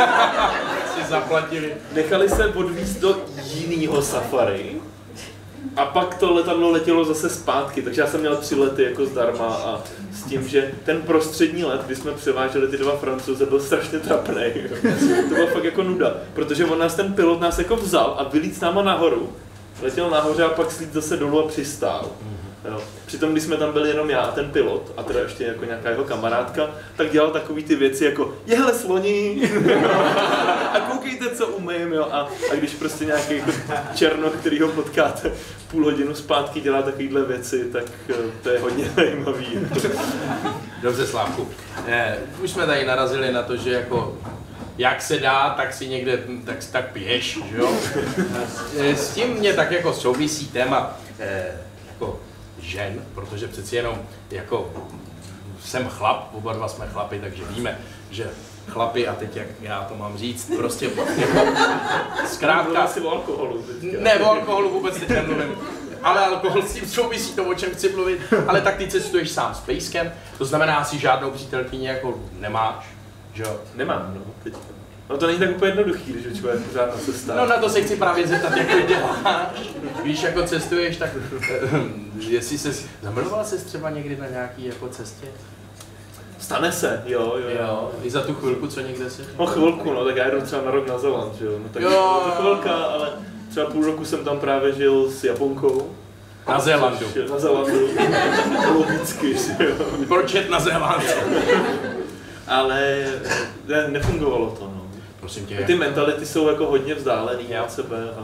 Si zaplatili. Nechali se odvízt do jiného Safari. A pak to letadlo letělo zase zpátky, takže já jsem měl tři lety jako zdarma a s tím, že ten prostřední let, kdy jsme převáželi ty dva Francouze, byl strašně trapný. To bylo fakt jako nuda, protože on nás, ten pilot nás jako vzal a vylít s náma nahoru. Letěl nahoře a pak slít zase dolů a přistál. Jo. Přitom, když jsme tam byli jenom já a ten pilot, a teda ještě jako nějaká jeho kamarádka, tak dělal takový ty věci jako jehle sloni a koukejte, co umím, jo. A, a když prostě nějaký jako černoch, který ho potkáte půl hodinu zpátky, dělá takovýhle věci, tak to je hodně zajímavý. Dobře, Slávku. Eh, už jsme tady narazili na to, že jako jak se dá, tak si někde tak, tak piješ, že jo? S tím mě tak jako souvisí téma eh, jako žen, protože přeci jenom jako jsem chlap, oba dva jsme chlapi, takže víme, že chlapi, a teď jak já to mám říct, prostě jako zkrátka... Mluvím si o alkoholu teďka. Ne, o alkoholu vůbec teď nemluvím. Ale alkohol s tím souvisí to, o čem chci mluvit, ale tak ty cestuješ sám s pejskem, to znamená, asi žádnou přítelkyni jako nemáš, že jo? Nemám, no, teďka. No to není tak úplně jednoduchý, když člověk pořád na cestách. No na to se chci právě zeptat, jak to děláš. Víš, jako cestuješ, tak jestli ses, zamilovala ses třeba někdy na nějaký jako cestě? Stane se, jo, jo, jo. I za tu chvilku, co někde jsi? No chvilku, no, tak já jdu třeba na rok na Zéland, že jo. No, tak jo. To chvilka, ale třeba půl roku jsem tam právě žil s Japonkou. Na Zélandu. Na Zélandu. Logicky, že jo. Proč jet na Zélandu? Ale ne, nefungovalo to, no. Prosím tě. Ty mentality jsou jako hodně vzdálený od sebe. A...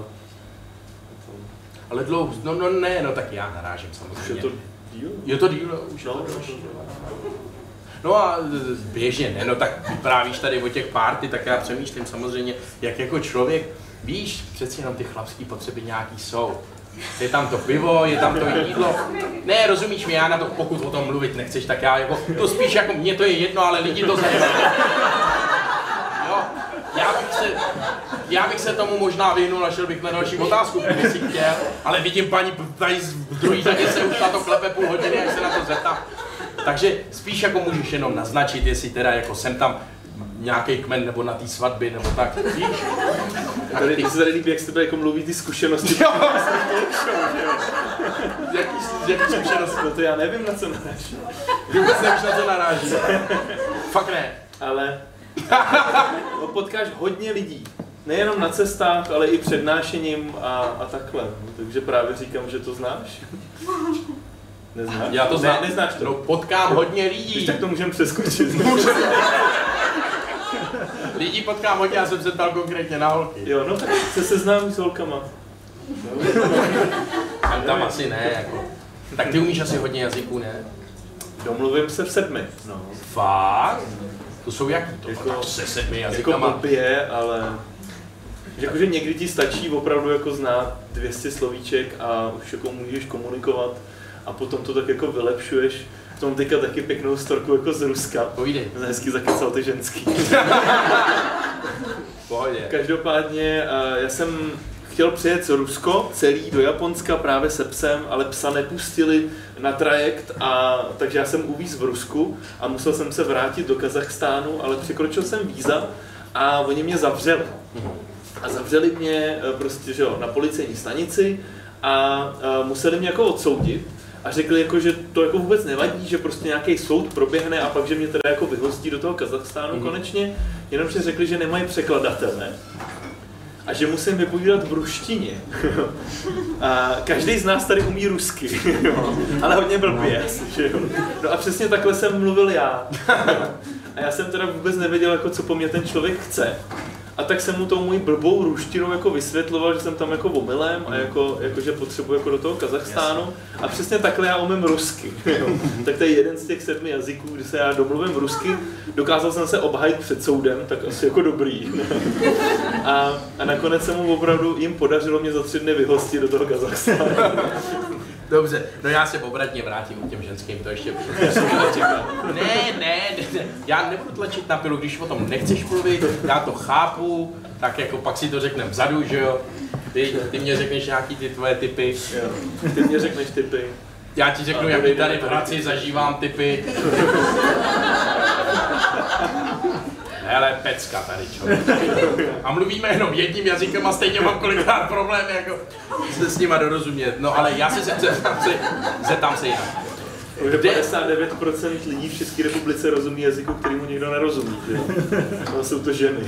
Ale dlouho, no, no ne, no tak já narážím samozřejmě. Už je to díl? Je to díl, už no, je to další. No a běžně ne, no tak vyprávíš tady o těch party, tak já přemýšlím samozřejmě, jak jako člověk, víš, přeci jenom ty chlapské potřeby nějaký jsou. Je tam to pivo, je tam to jídlo. Ne, rozumíš mi, já na to, pokud o tom mluvit nechceš, tak já jako, to spíš jako, mně to je jedno, ale lidi to zajímá. Jo, já bych se, já bych se tomu možná vyhnul a šel bych na další otázku, kdyby si chtěl, ale vidím paní tady v druhé řadě se už na to klepe půl hodiny, jak se na to zeptám. Takže spíš jako můžeš jenom naznačit, jestli teda jako jsem tam nějaký kmen nebo na té svatbě nebo tak, víš? Tady, ty se tady líbí, jak jste jako mluví ty zkušenosti. Jo, jaký, jaký zkušenosti? No to já nevím, na co naráží. Vůbec nevíš, na co naráží. Fakt ne. Ale no, potkáš hodně lidí. Nejenom na cestách, ale i přednášením a, a takhle. Takže právě říkám, že to znáš. Neznáš? Já to znám. Ne, neznáš to? No, potkám hodně lidí. Víš, tak to můžeme přeskočit. Lidí potkám hodně, já jsem se ptal konkrétně na holky. Jo, no tak se seznámí s holkama. Tam, tam asi ne, jako. Tak ty umíš asi hodně jazyků, ne? Domluvím se v sedmi. No. Fakt? To jsou jaký to? Jako, se sedmi jazykama. Jako blbě, ale... Jakože někdy ti stačí opravdu jako znát dvě stě slovíček a už jako můžeš komunikovat a potom to tak jako vylepšuješ. V tom teďka taky pěknou storku jako z Ruska. Povídej. Hezky zakecal ty ženský. Pohodě. Každopádně já jsem chtěl přijet z Rusko celý do Japonska právě se psem, ale psa nepustili na trajekt, a takže já jsem uvíz v Rusku a musel jsem se vrátit do Kazachstánu, ale překročil jsem víza a oni mě zavřeli. A zavřeli mě prostě, že jo, na policejní stanici a, a museli mě jako odsoudit. A řekli, jako, že to jako vůbec nevadí, že prostě nějaký soud proběhne a pak, že mě teda jako vyhostí do toho Kazachstánu mm. konečně, jenomže řekli, že nemají překladatele a že musím vypovídat v ruštině. A každý z nás tady umí rusky, ale hodně blbě, že jo. No a přesně takhle jsem mluvil já. A já jsem teda vůbec nevěděl, jako, co po mně ten člověk chce. A tak jsem mu tou mojí blbou ruštinou jako vysvětloval, že jsem tam jako omylem a jako, jako že potřebuji jako do toho Kazachstánu. A přesně takhle já umím rusky. Jo. Tak to je jeden z těch sedmi jazyků, kdy se já domluvím rusky. Dokázal jsem se obhajit před soudem, tak asi jako dobrý. A, a nakonec se mu opravdu jim podařilo mě za tři dny vyhostit do toho Kazachstánu. Dobře, no já se obratně vrátím k těm ženským, to ještě ne, ne, ne, ne, já nebudu tlačit na pilu, když o tom nechceš mluvit, já to chápu, tak jako pak si to řekneme vzadu, že jo, ty, ty mě řekneš nějaký ty tvoje typy. Jo. Ty mě řekneš typy. Já ti řeknu, jak tady v Hradci zažívám typy. Hele, pecka tady, člověk. A mluvíme jenom jedním jazykem a stejně mám kolikrát problém, jako se s nima dorozumět. No ale já se zeptám se, zeptám se jinak. Už padesát devět procent lidí v České republice rozumí jazyku, kterému nikdo nerozumí, že? No, jsou to ženy.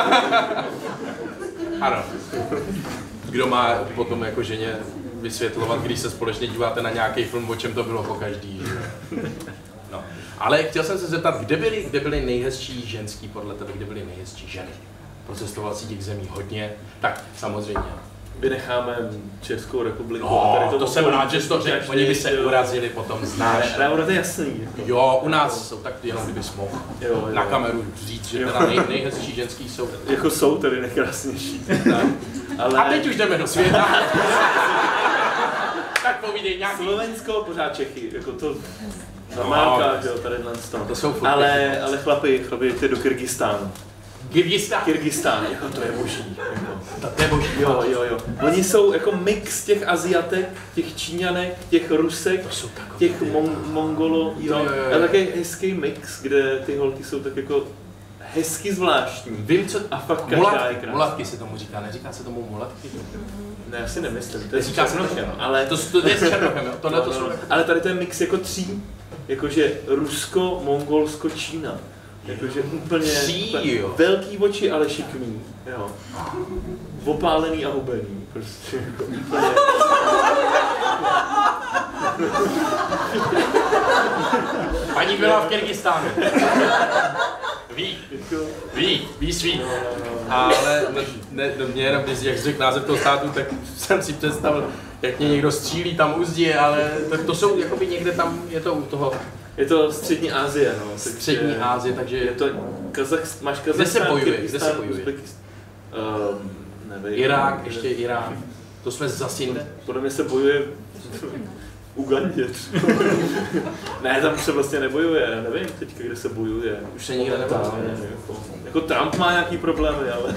Ano. Kdo má potom jako ženě vysvětlovat, když se společně díváte na nějaký film, o čem to bylo po každý. No. Ale chtěl jsem se zeptat, kde byly, kde byly nejhezčí ženský podle tebe, kde byly nejhezčí ženy? Procestoval si těch zemí hodně, tak samozřejmě. Vynecháme Českou republiku. No, tady to, to jsem rád, že to řekl, oni by se urazili potom, znáš. Ne, ne, to je jasný. Jako. Jo, u nás jsou tak jenom kdybys mohl na kameru říct, že teda nej, nejhezčí ženský jsou. Jako jsou tady nejkrásnější. Ale... A teď už jdeme do světa. Tak povídej nějaký. Slovensko, pořád Čechy, jako to normálka, no, že jo, tady to. To jsou ale, ale chlapi, chlapi, jdete do Kyrgyzstánu. Kyrgyzstán? Kyrgyzstán, jako to je boží. Jako. To je boží. Jo, jo, jo. Oni jsou jako mix těch Aziatek, těch Číňanek, těch Rusek, těch mon- Mongolo, jo, jo, jo, jo. A takový hezký mix, kde ty holky jsou tak jako hezky zvláštní. Vím, co... A fakt každá mulatky, je krásná. Mulatky se tomu říká, neříká se tomu mulatky? Ne, já si nemyslím, to je s Říká Černochem, ale... To, to je s Černochem, jo? Tohle no, to no, jsou... no. Ale tady to je mix jako tří, jakože Rusko, Mongolsko, Čína. Jakože úplně, úplně velký oči, ale šikmý, jo. Opálený a hubený, prostě jako úplně. Paní byla v Kyrgyzstánu. Ví, ví, ví svý. Ale ne, ne, mě jenom, když jak řekl název toho státu, tak jsem si představil, jak mě někdo střílí tam u zdi, ale to, to jsou jakoby někde tam, je to u toho. Je to střední Asie, no. Střední Asie, takže... Je to Kazachstán, máš Kazachstán, kde se bojuje, kde se bojuje? Um, nevím. Irák, ještě Irán. To jsme zase jinde. Podle mě se bojuje v Ugandě. Ne, tam se vlastně nebojuje, já nevím teďka, kde se bojuje. Už se nikde nebojuje. Jako, jako Trump má nějaký problémy, ale...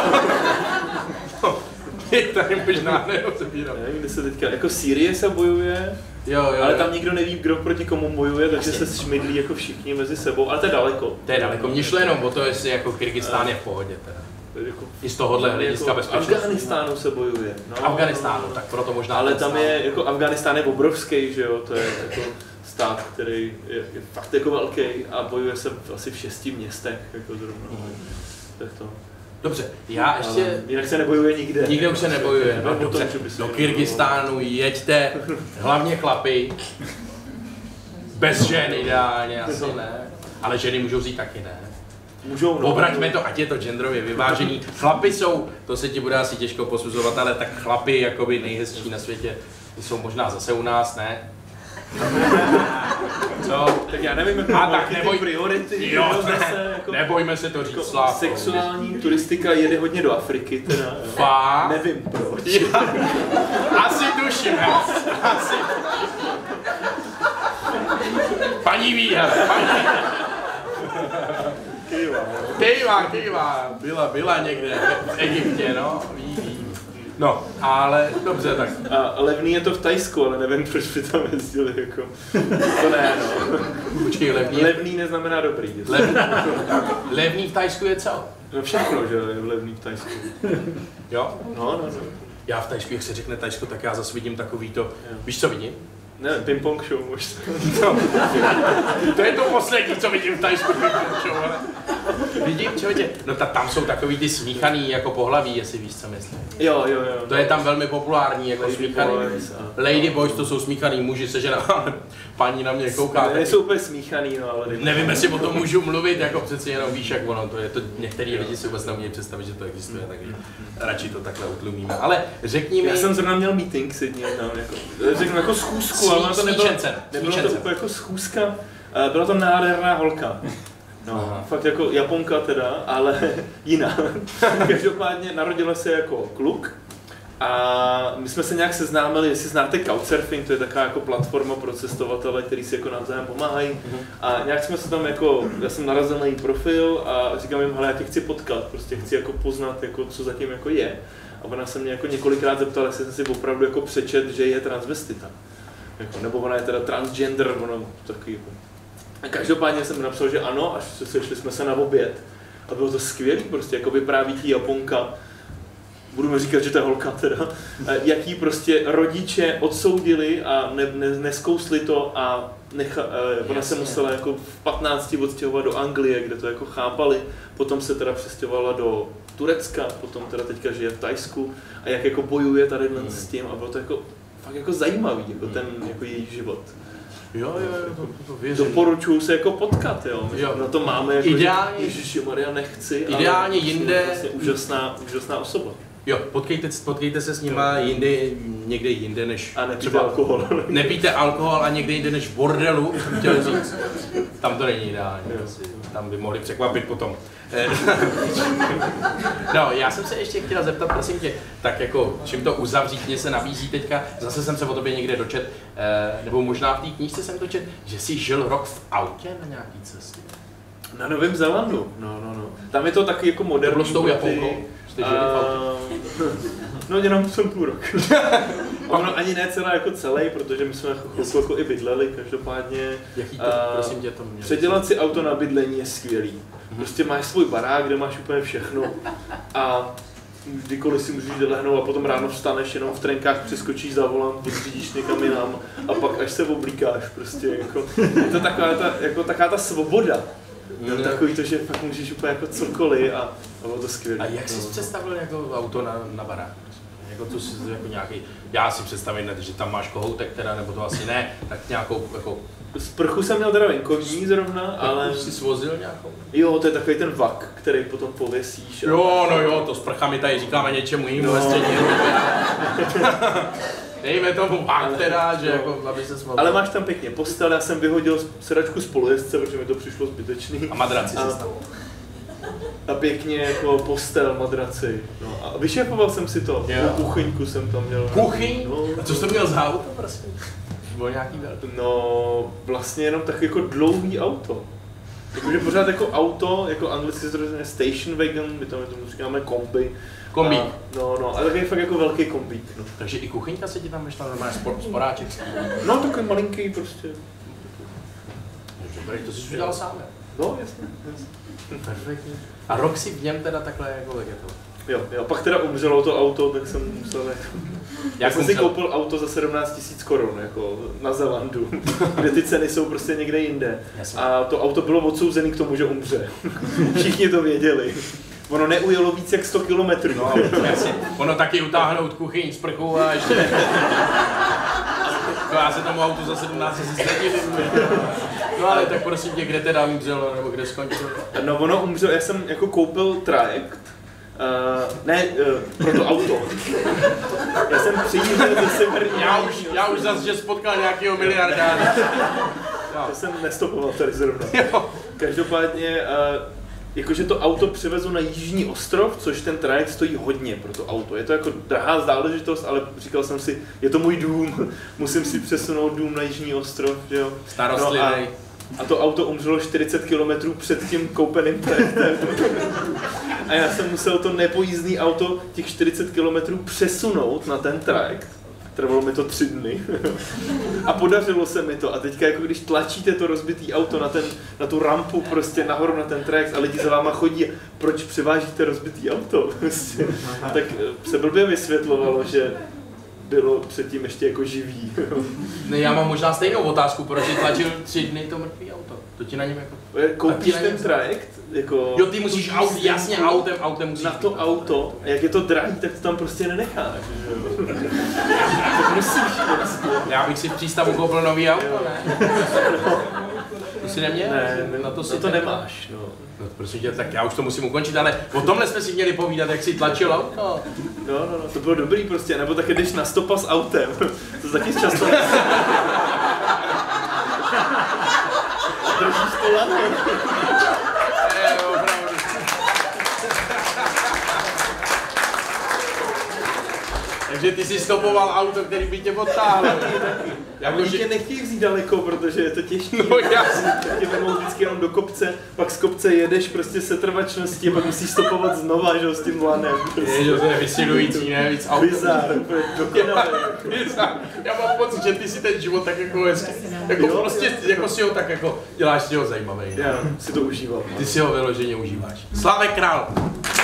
Tady možná neozebírám. Nevím, kde se teďka, jako Sýrie se bojuje, jo, jo, ale jo. Tam nikdo neví, kdo proti komu bojuje, takže se šmidlí jako všichni mezi sebou, ale to je daleko. To je daleko, mně šlo jenom o to, jestli jako Kyrgyzstán je v pohodě teda. Jako, I z tohohle hlediska jako bezpečnosti. V Afghánistánu se bojuje. No, Afghánistánu, tak proto možná. Ale tam je, jako Afghánistán je obrovský, že jo, to je jako stát, který je, je fakt jako velký a bojuje se asi v šesti městech, jako zrovna. Mm. Tak to. Dobře, já ještě... Ale jinak se nebojuje nikde. Nikde už se nebojuje, no dobře, do Kyrgyzstánu jeďte, hlavně chlapi, bez žen ideálně, asi ne, ale ženy můžou říct taky ne. Můžou, no. Obraťme to, ať je to genderově vyvážený. Chlapi jsou, to se ti bude asi těžko posuzovat, ale tak chlapi jakoby nejhezčí na světě jsou možná zase u nás, ne? Co? Tak já nevím, jak a tak neboj... priority. Jo, zase, jako, nebojme se to říct, jako Slávko. Sexuální turistika jede hodně do Afriky, teda. Fakt? Nevím proč. Já, asi tuším, asi. Paní ví, paní. Kývá. Kývá, kývá. Byla, byla někde v Egyptě, no, ví, ví. No, ale dobře, tak. A levný je to v Thajsku, ale nevím, proč by tam jezdili, jako. To ne, no. Počkej, levný? Levný neznamená dobrý. Levný, levný v Thajsku je co? No všechno, že je levný v Thajsku. Jo? No, no, no. Já v Thajsku, jak se řekne Thajsko, tak já zase vidím takový to, víš co vidím? Ne, ping-pong show možná. No. To je to poslední, co vidím v Thajsku, ping-pong show, ale... Vidím, čo vidím? No ta, tam jsou takový ty smíchaný jako pohlaví, jestli víš, co myslím. Jo, jo, jo. To je tam velmi populární, jako smíchaný. Lady boys, to jsou smíchaný muži se žena, paní na mě kouká. Ne, jsou úplně smíchaný, no, ale... Nevím, jestli o tom můžu mluvit, jako přeci jenom víš, jak ono, to je to, některý lidi si vůbec neumějí představit, že to existuje, takže radši to takhle utlumíme. Ale řekni mi... Já jsem zrovna měl meeting s jedním, no, jako, řeknu jako schůzku, ale to nebylo, nebylo to úplně jako schůzka, byla to nádherná holka. No, aha. Fakt jako Japonka teda, ale jiná. Každopádně narodila se jako kluk A my jsme se nějak seznámili, jestli znáte Couchsurfing, to je taková jako platforma pro cestovatele, který si jako navzájem pomáhají. A nějak jsme se tam jako, já jsem narazil na její profil a říkám jim, hele, já tě chci potkat, prostě chci jako poznat, jako, co zatím jako je. A ona se mě jako několikrát zeptala, jestli jsem si opravdu jako přečet, že je transvestita. Jako, nebo ona je teda transgender, ona taky jako. A každopádně jsem napsal, že ano, až se sešli jsme se na oběd. A bylo to skvělý, prostě jako vypráví tí Japonka, budeme říkat, že to je holka teda, jaký prostě rodiče odsoudili a ne, ne, neskousli to a necha, ona se musela jako v patnácti odstěhovat do Anglie, kde to jako chápali, potom se teda přestěhovala do Turecka, potom teda teďka žije v Thajsku a jak jako bojuje tady mm. s tím a bylo to jako fakt jako zajímavý, jako ten jako její život. Jo, jo, jo, to, to věřím. Doporučuju se jako potkat, jo. My jo. na to máme jako, ideálně, Ježišimaria nechci, ideálně ale jinde, vlastně úžasná, úžasná osoba. Jo, potkejte, potkejte se s nima jindy, někde jinde než a nepijte třeba alkohol. Nepijte alkohol a někde jinde než v bordelu, chtěl říct. Tam to není ideální, tam by mohli překvapit potom. No, já jsem se ještě chtěla zeptat, prosím tě, tak jako čím to uzavřít, mě se nabízí teďka, zase jsem se o tobě někde dočet, nebo možná v té knížce jsem dočet, že jsi žil rok v autě na nějaký cestě. Na Novém Zélandu, no, no, no. Tam je to taky jako moderní. To bylo s tou Japonkou? Jste žili v autě? No, jenom jsem půl rok. Ono ani ne celá jako celý, protože my jsme jako, jako i bydleli, každopádně. Jaký to, prosím tě, to měli? Předělat si auto na bydlení je skvělý. Prostě máš svůj barák, kde máš úplně všechno a kdykoliv si můžeš lehnout a potom ráno vstaneš, jenom v trenkách přeskočíš za volant, vyřídíš někam jinam a pak až se oblíkáš prostě jako. Je to taková ta, jako taková ta svoboda. No, takový to, že fakt můžeš úplně jako cokoliv a, a bylo to skvělé. A jak jsi představil jako auto na, na barák? Jako to si jako nějaký, já si představím, že tam máš kohoutek teda, nebo to asi ne, tak nějakou jako... Sprchu jsem měl teda venkovní zrovna, ale... Už jsi svozil nějakou? Jo, to je takový ten vak, který potom pověsíš. A... Jo, no jo, to s prchami tady říkáme něčemu jinému ve střední Evropě. Dejme tomu vak teda, že jako, aby se svozil. Ale máš tam pěkně postel, já jsem vyhodil sedačku spolujezdce, protože mi to přišlo zbytečný. A madraci a... se stalo. A pěkně jako postel, madraci. No a vyšéfoval jsem si to, yeah. Kuchyňku jsem tam měl. Kuchyň? No. A co jsi to měl za auto, prosím? Bylo nějaký velký? No, vlastně jenom tak jako dlouhý auto. Takže pořád jako auto, jako anglicky se to říká station wagon, my tomu říkáme kombi. Kombík. A, no, no, ale taky fakt jako velký kombík. No. Takže i kuchyňka se ti tam vešla normálně sporáček? No, takový malinký prostě. Dobrý, to jsi už udělal sám, ne? No, jasně, jasně. Perfektně. A rok si v něm teda takhle jako vegetoval? Jo, jo, pak teda umřelo to auto, tak jsem musel jako... Já jsem si koupil auto za sedmnáct tisíc korun, jako na Zélandu, kde ty ceny jsou prostě někde jinde. Jasně. A to auto bylo odsouzené k tomu, že umře. Všichni to věděli. Ono neujelo víc jak sto kilometrů. No, jasně. Ono taky utáhnout kuchyň, sprchu a ještě... Já se tomu autu za sedmnáct tisíc nedivím. No ale tak prosím tě, kde teda umřelo, nebo kde skončilo? No ono umřelo, já jsem jako koupil trajekt, uh, ne, uh, pro to auto. Já jsem přijížděl ze severní... Já už, já už zase, že spotkal nějakého miliardáře. Já jsem nestopoval tady zrovna. Každopádně, uh, jakože to auto přivezu na Jižní ostrov, což ten trajekt stojí hodně pro to auto. Je to jako drahá záležitost, ale říkal jsem si, je to můj dům, musím si přesunout dům na Jižní ostrov, že jo. Starostlivý. No a, a to auto umřelo čtyřicet kilometrů před tím koupeným trajektem. A já jsem musel to nepojízdný auto těch čtyřicet kilometrů přesunout na ten trajekt. Trvalo mi to tři dny. A podařilo se mi to. A teďka jako když tlačíte to rozbitý auto na, ten, na tu rampu prostě nahoru na ten trajekt a lidi za váma chodí, proč přivážíte rozbitý auto? Tak se blbě vysvětlovalo, že bylo předtím ještě jako živý. Ne, já mám možná stejnou otázku, proč jsi tlačil tři dny to mrtvý auto? To ti na něm jako... Koupíš ten trajekt? Jako... Jo, ty musíš aut, jasně autem, autem musíš... Na to auto, a jak je to drahý, tak to tam prostě nenecháš. Tak musíš prostě. Já bych si v přístavu koupil nový auto, ne? To si neměl? Ne, na to si to, to nemáš, no. No prosím tě, tak já už to musím ukončit, ale o tomhle jsme si měli povídat, jak si tlačil auto. No, no, no, to bylo dobrý prostě, nebo taky jdeš na stopa s autem, to taky často držíš to lano. Takže ty si stopoval auto, který by tě odtáhlo. Já oni tě nechtějí vzít daleko, protože je to těžké. No jasně. Tě vemou vždycky jenom do kopce, pak z kopce jedeš prostě setrvačností a pak musíš stopovat znova, že jo, s tím lanem. Je, že to je vysilující, ne? Víc auto. Bizár, úplně dokonalé. Bizár. Já mám pocit, že ty si ten život tak jako hezky, jako Jo, prostě, jo, jo. jako si ho tak jako, děláš si ho zajímavý. Já si to užívám. Ty si ho vyloženě užíváš. Slávek král!